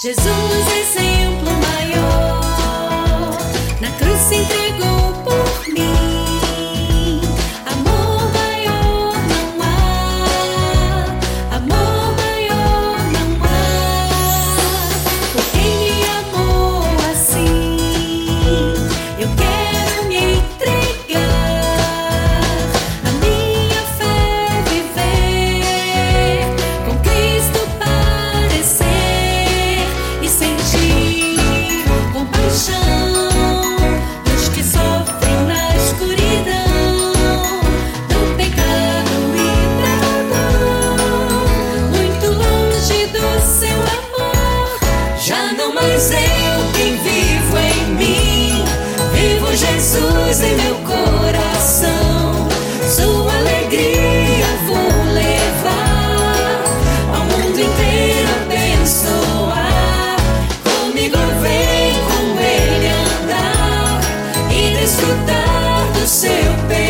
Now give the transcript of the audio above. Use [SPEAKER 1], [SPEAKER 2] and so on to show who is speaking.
[SPEAKER 1] Jesus, exemplo maior, na cruz se entregou por mim. Amor maior não há, amor maior não há. Por quem me amou assim, eu quero me entregar, a minha fé viver, com Cristo parecer e sentir compaixão dos que sofrem na escuridão do pecado e da dor, muito longe do seu amor. Já não mais eu quem vivo em mim, vivo Jesus em meu coração. Sua alegria vou levar ao mundo inteiro, abençoar. Comigo vem com Ele andar e desfrutar do seu perdão.